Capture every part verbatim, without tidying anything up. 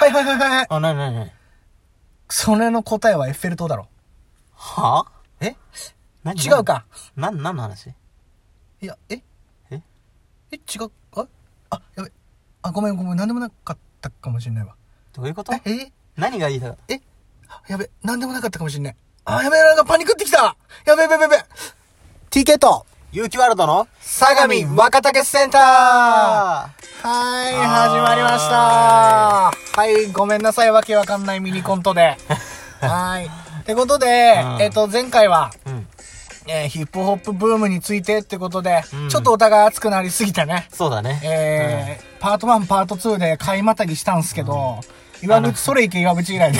はいはいはいはい。 あ、なになになに？ それの答えはエッフェル塔だろ。 はぁ？ え何？ 違うか。 な、何の話？ いや、えええ、違う、ああ、やべ。あ、ごめんごめん、なんでもなかったかもしれないわ。 どういうこと？ ええ何が言いたかった？ えやべ、なんでもなかったかもしれない。あ、やべ、なんかパニックってきた。やべやべやべやべ。ティーケー と、 有機ワールドの相模若竹センター。はい、始まりました。はい、ごめんなさい、わけわかんないミニコントで。はい。ってことで、 うん、 えっと、前回は、 うん。 えー、ヒップホップブームについてってことで、 うん、 ちょっとお互い熱くなりすぎてね。 そうだね。 えー、うん、パートワン、パートツーで買いまたぎしたんすけど、うん、岩渕、それいけ岩渕以来で。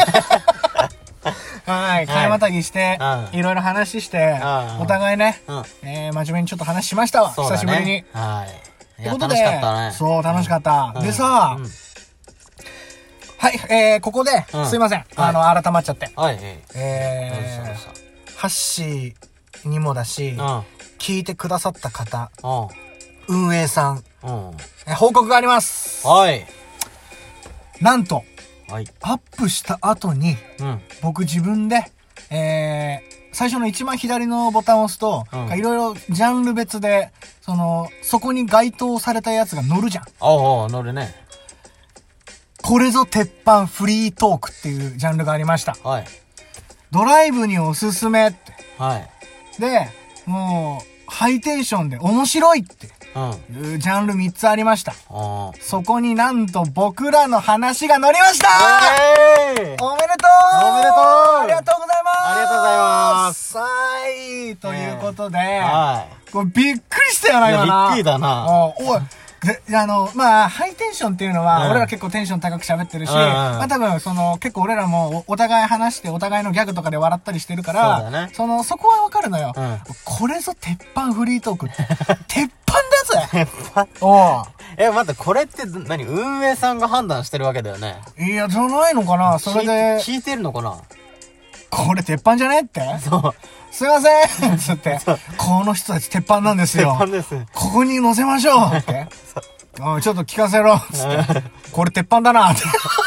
はい、買いまたぎして、はい、いろいろ話して、お互いね、うん、えー、真面目にちょっと話しましたわ、ね、久しぶりに。 はい。 ってことで、 楽しかったね。 そう、楽しかった。うん、でさ、うん、はい、えー、ここで、うん、すいません、あの、改まっちゃって。 はい。 えー、ハッシーにもだし、うん、聞いてくださった方、うん、運営さん、うん、えー、報告があります。 はい。 なんと、 はい、 アップした後に、うん、僕自分で、えー、最初の一番左のボタンを押すと、いろいろジャンル別で、その、そこに該当されたやつが載るじゃん。 おうおう、載るね。 これぞ鉄板フリートークっていうジャンルがありました。 はい。 ドライブにおすすめって。 はい。 で、もう、ハイテンションで面白いって。うん。ジャンルみっつありました。あそこになんと僕らの話が載りましたー、えー、おめでとうおめでとうありがとうございますありがとうございますはい、ということで、 えー、はい。 これびっくりしたよな、今な。 びっくりだな。 おい。で、あの、まあ、ハイテンションっていうのは、うん、俺ら結構テンション高く喋ってるし、うんうん、まあ多分、その、結構俺らもお、お互い話して、お互いのギャグとかで笑ったりしてるから、そうだね、その、そこはわかるのよ、うん。これぞ鉄板フリートークって。鉄板だぜ鉄板おう。 え、待って、これって何、運営さんが判断してるわけだよね。 いや、じゃないのかな、それで。 聞いてるのかな、 これ鉄板じゃねって。そう。すいませんつって。この人たち鉄板なんですよ。 鉄板です。 ここに乗せましょうって。おい、ちょっと聞かせろつって。これ鉄板だなって。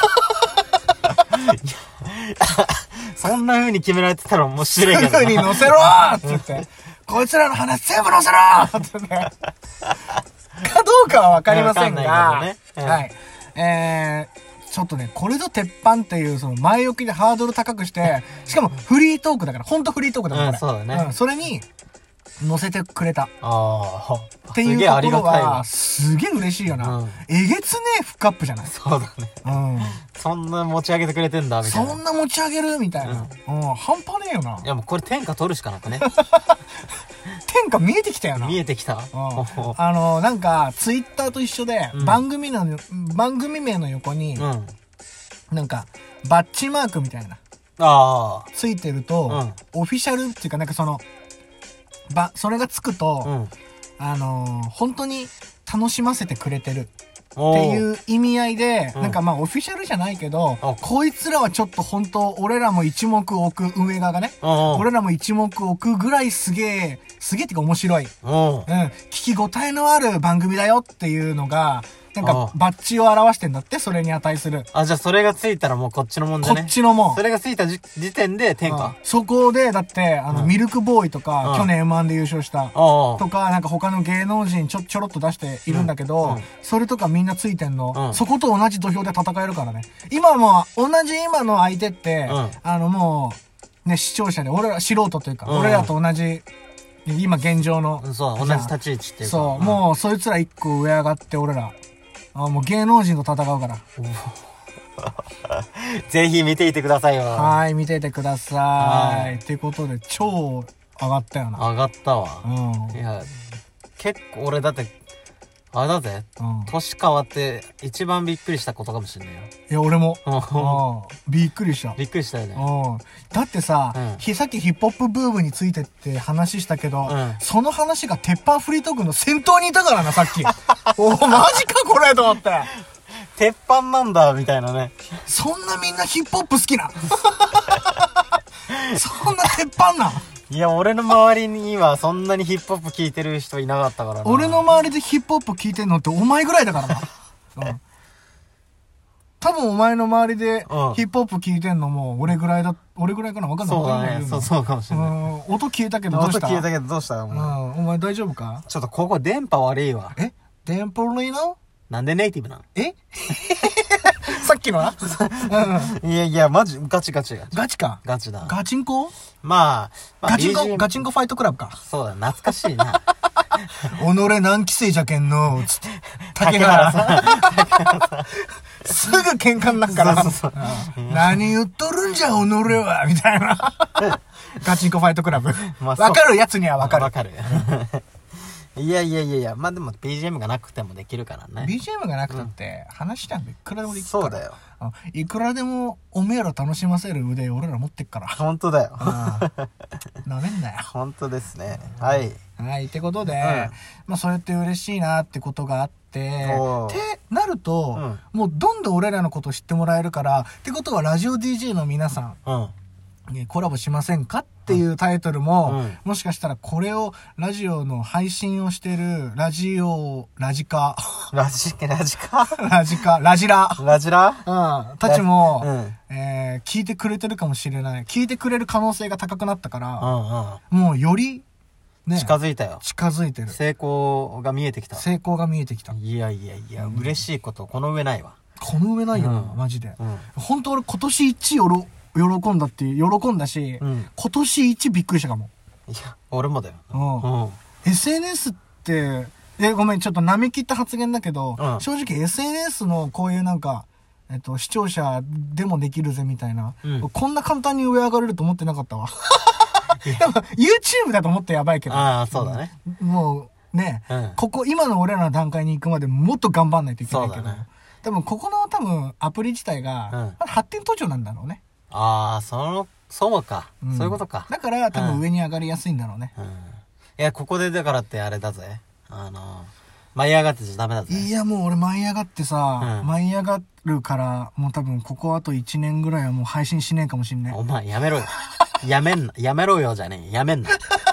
そんな風に決められてたら面白いけどな。 すぐに乗せろって言って。こいつらの話全部乗せろってね。かどうかはわかりませんが。ね、はい。えー、ちょっとね、これぞ鉄板っていう、その前置きでハードル高くして、しかもフリートークだから、ほんとフリートークだから、 うん、そうだね。 うん、それに、乗せてくれた。 ああ。 っていうところは、すげえ嬉しいよな。うん、えげつねえフックアップじゃない？ そうだね。うん。そんな持ち上げてくれてんだ、みたいな。 そんな持ち上げるみたいな。うん。うん、半端ねえよな。 いやもうこれ天下取るしかなくね。 天下見えてきたよな。 見えてきた。うん、 あの、なんか、ツイッターと一緒で、うん、番組の、番組名の横に、うん、なんか、バッチマークみたいな。ああ。ついてると、うん、オフィシャルっていうか、なんかその、ば、それがつくと、うん、あのー、本当に楽しませてくれてるっていう意味合いで、なんかまあオフィシャルじゃないけど、うん、こいつらはちょっと本当、俺らも一目置く、運営側がね、俺らも一目置くぐらいすげえ、すげえってか面白い、うん、聞き応えのある番組だよっていうのが、なんか、バッジを表してんだって、それに値する。 あ、じゃあそれがついたらもうこっちのもんじゃね。 こっちのもん。 それがついた時点で天下。 そこで、だって、あの、うん、ミルクボーイとか、うん、去年 エムワン で優勝した、とか、なんか他の芸能人ちょ、ちょろっと出しているんだけど、うんうん、それとかみんなついてんの、うん、そこと同じ土俵で戦えるからね。今も、同じ今の相手って、うん、あのもう、ね、視聴者で、俺ら、素人というか、うん、俺らと同じ、今現状の。 そう、同じ立ち位置っていうか。 そう、うん、もう、そいつら一個上上がって俺ら、あ、もう芸能人と戦うから。 ぜひ見ていてくださいよ。 はい、見ていてください。っていうことで、超上がったよな。 上がったわ。うん。いや、結構俺だって、あれだぜ。うん。年変わって一番びっくりしたことかもしれないよ。 いや、俺も。うん。びっくりした。 びっくりしたよね。 うん。だってさ、うん、さっきヒップホップブームについてって話したけど、うん、その話が鉄板フリートークの先頭にいたからな、さっき。おー、マジかこれと思って。 鉄板なんだ、みたいなね。 そんなみんなヒップホップ好きな。そんな鉄板なん。 いや、俺の周りにはそんなにヒップホップ聴いてる人いなかったからな。 俺の周りでヒップホップ聴いてんのってお前ぐらいだからな。うん。 多分お前の周りでヒップホップ聞いてんのも俺ぐらいだ、俺ぐらいかな、わかんない。 そうだね。そう、そうかもしれない。うん、 音消えたけどどうした？ 音消えたけどどうしたお前。 うん、お前大丈夫か？ ちょっとここ電波悪いわ。 え？電波悪いの？ なんでネイティブなの？ えさっきのなうん、いやいや、マジ、ガチガチガチ。 ガチか。 ガチだ。 ガチンコ？ まあ、まあ、 ガチンコ、ガチンコファイトクラブか。 そうだ、懐かしいな。 己何期生じゃけんの、つって。竹原さん。すぐ喧嘩になるから。そうそうそう、何言っとるんじゃ、己は、みたいな。ガチンコファイトクラブ。わ、まあ、かるやつにはわかる。 わかる。いやいやいやいや、まあでも ビージーエム がなくてもできるからね。 ビージーエム がなくたって、話したんでいくらでもできるから。 そうだよ。 いくらでもおめえら楽しませる腕俺ら持ってっから。 本当だよ。 なめんなよ。 本当ですね。はい。 はい。ってことで、うん、まあそうやって嬉しいなってことがあって、ってなると、うん、もうどんどん俺らのこと知ってもらえるから、ってことはラジオ ディージェー の皆さん、うんね、コラボしませんかっていうタイトルも、うん、もしかしたらこれをラジオの配信をしてるラジオ、ラジカ。 ラジ、ラジカラジカ、ラジラ。 ラジラうん。たちも、うん、えー、聞いてくれてるかもしれない。聞いてくれる可能性が高くなったから、うんうん、もうより、 ね、近づいたよ。 近づいてる。 成功が見えてきた。 成功が見えてきた。 いやいやいや、うん、嬉しいこと、この上ないわ。 この上ないよな、うん、マジで。うん、本当俺今年一よろ、喜んだって喜んだし、うん、今年一びっくりしたかも。 いや俺もだよ。 うん。うん、エスエヌエス ってえごめんちょっと舐め切った発言だけど、うん、正直 エスエヌエス のこういうなんかえっと視聴者でもできるぜみたいな、うん、こんな簡単に上上がれると思ってなかったわ。でも YouTube だと思ってやばいけど。 ああそうだね。 もうね、うん、ここ今の俺らの段階に行くまでもっと頑張んないといけないけど。そうだね。でもここの多分アプリ自体が、うん、発展途上なんだろうね。 ああ、その、そうか、うん。そういうことか。 だから多分上に上がりやすいんだろうね。 うん。いや、ここでだからってあれだぜ。あの、舞い上がってちゃダメだぜ。 いや、もう俺舞い上がってさ、うん、舞い上がるから、もう多分ここあといちねんぐらいはもう配信しねえかもしんねえ。 お前やめろよ。やめんな。やめろよじゃねえ。やめんな。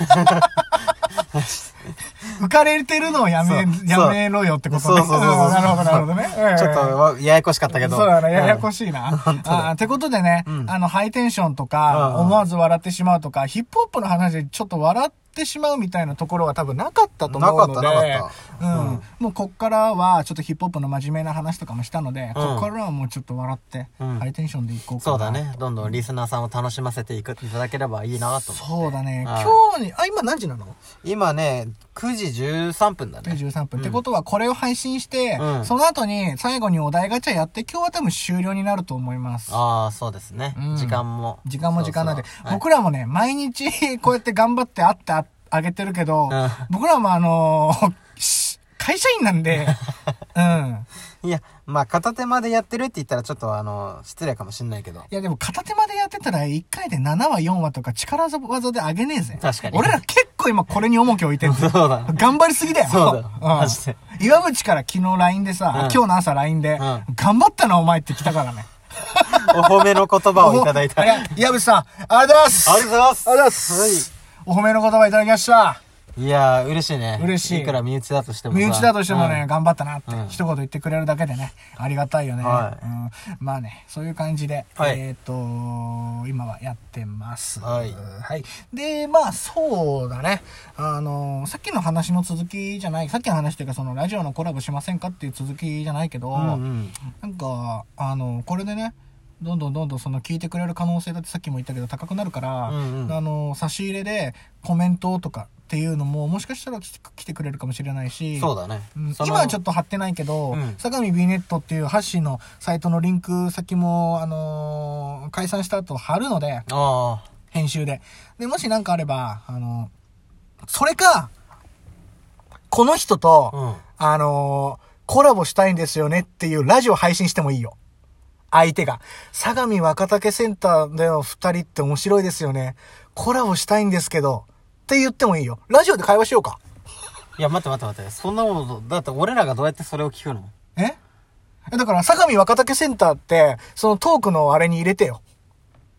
浮かれてるのをやめ、やめろよってことね。 そうそうそうそう。 なるほど、なるほどね。 ちょっと、ややこしかったけど。 そうだね、ややこしいな。あってことでね、あの、ハイテンションとか、思わず笑ってしまうとか、ヒップホップの話でちょっと笑ってしまうみたいなところは多分なかったと思うので、なかった、なかった。うん。もうこっからは、ちょっとヒップホップの真面目な話とかもしたので、こっからはもうちょっと笑って、ハイテンションでいこうかな。 そうだね。どんどんリスナーさんを楽しませていく、いただければいいなと思って。 そうだね。今日に、あ、今何時なの？ 今ね、くじじゅうさんぷんだね。 くじじゅうさんぷん。ってことは、これを配信して、その後に最後にお題ガチャやって、今日は多分終了になると思います。 ああ、そうですね。時間も。 時間も時間なんで。僕らもね、毎日こうやって頑張って会ってあげてるけど、僕らもあの、会社員なんで、うん。 いや、まあ、片手までやってるって言ったらちょっとあの、失礼かもしんないけど。 いや、でも片手までやってたらいっかいでななわよんわとか力技で上げねえぜ。 確かに。 俺ら結構今これに重きを置いてる。 そうだ。 頑張りすぎだよ。 そうだよ。マジで。 岩渕から昨日 ライン でさ、うん、今日の朝 ライン で、うん、頑張ったなお前って来たからね。 お褒めの言葉をいただいた。 岩渕さん、ありがとうございます。 ありがとうございます。 ありがとうございます。はい。お褒めの言葉いただきました。 いやー、嬉しいね。 嬉しい。 いくら身内だとしても身内だとしてもね、うん、頑張ったなって、一言言ってくれるだけでね、ありがたいよね。はい。うん、まあね、そういう感じで、はい、えっと、今はやってます。 はい。 はい。で、まあ、そうだね。あの、さっきの話の続きじゃない、さっきの話というか、その、ラジオのコラボしませんかっていう続きじゃないけど、うんうん、なんか、あの、これでね、どんどんどんどんその聞いてくれる可能性だってさっきも言ったけど高くなるから、うんうん、あの、差し入れでコメントとかっていうのももしかしたら来てくれるかもしれないし、 そうだね。 うん、今はちょっと貼ってないけど、うん、相模 B ネットっていうハッシーのサイトのリンク先も、あのー、解散した後貼るので、 あ編集で。で、もしなんかあれば、あのー、それか、この人と、うん、あのー、コラボしたいんですよねっていうラジオ配信してもいいよ。相手が。相模若竹センターでの二人って面白いですよね。コラボしたいんですけど。って言ってもいいよ。ラジオで会話しようか。 いや、待って待って待って。そんなもの、だって俺らがどうやってそれを聞くの？ えだから、相模若竹センターって、そのトークのあれに入れてよ。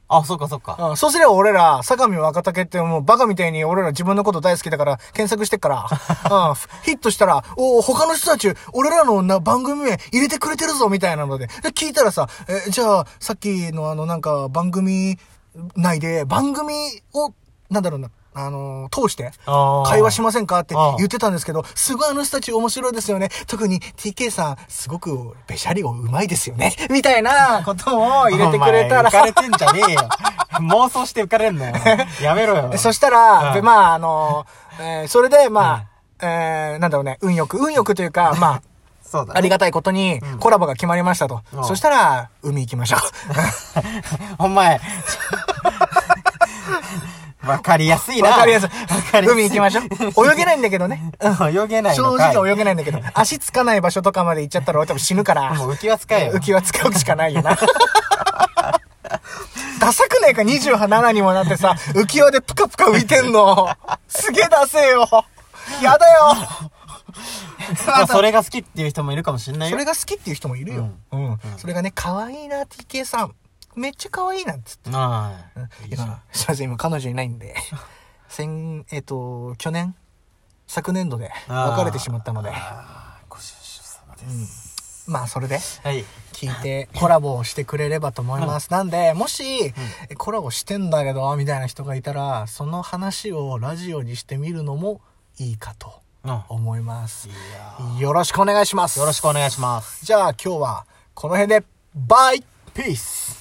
あ、そっかそっか。 うん、そうすれば俺ら、相模若竹ってもうバカみたいに俺ら自分のこと大好きだから検索してっから、うん、ヒットしたら、お他の人たち、俺らのな番組名入れてくれてるぞみたいなので、で聞いたらさ、え、じゃあ、さっきのあのなんか番組内で、番組を、なんだろうな、あのー、通して、会話しませんかって言ってたんですけど、すごいあの人たち面白いですよね。特に ティーケー さん、すごくべしゃりをうまいですよね。みたいなことを入れてくれたら。 浮かれてんじゃねえよ。妄想して浮かれんのよ。やめろよ。 そしたら、うん、まあ、あのー、えー、それで、まあ、うん、えー、なんだろうね、運よく、運よくというか、まあ、そうだね、ありがたいことにコラボが決まりましたと。うん、そしたら、海行きましょう。 お前。わかりやすいな。 わかりやすい。海行きましょう。泳げないんだけどね。 泳げないのかい。正直泳げないんだけど。足つかない場所とかまで行っちゃったら俺多分死ぬから。 もう浮き輪使えよ。 浮き輪使うしかないよな。ダサくねえかにじゅうななにもなってさ、浮き輪でプカプカ浮いてんの。すげえダセえよ。やだよ。 まあそれが好きっていう人もいるかもしれないよ。 それが好きっていう人もいるよ。うん。うん、それがね、可愛いな、ティーケー さん。めっちゃ可愛いなっつって。ああ。今、すいません、今彼女いないんで。先、えっ、ー、と、去年昨年度で別れてしまったので。 ご愁傷様です。 うん、まあ、それで、 はい。 聞いてコラボをしてくれればと思います。うん、なんで、もし、うん、コラボしてんだけど、みたいな人がいたら、その話をラジオにしてみるのもいいかと思います。うん、よろしくお願いします。 よろしくお願いします。 じゃあ、今日はこの辺で、バイピース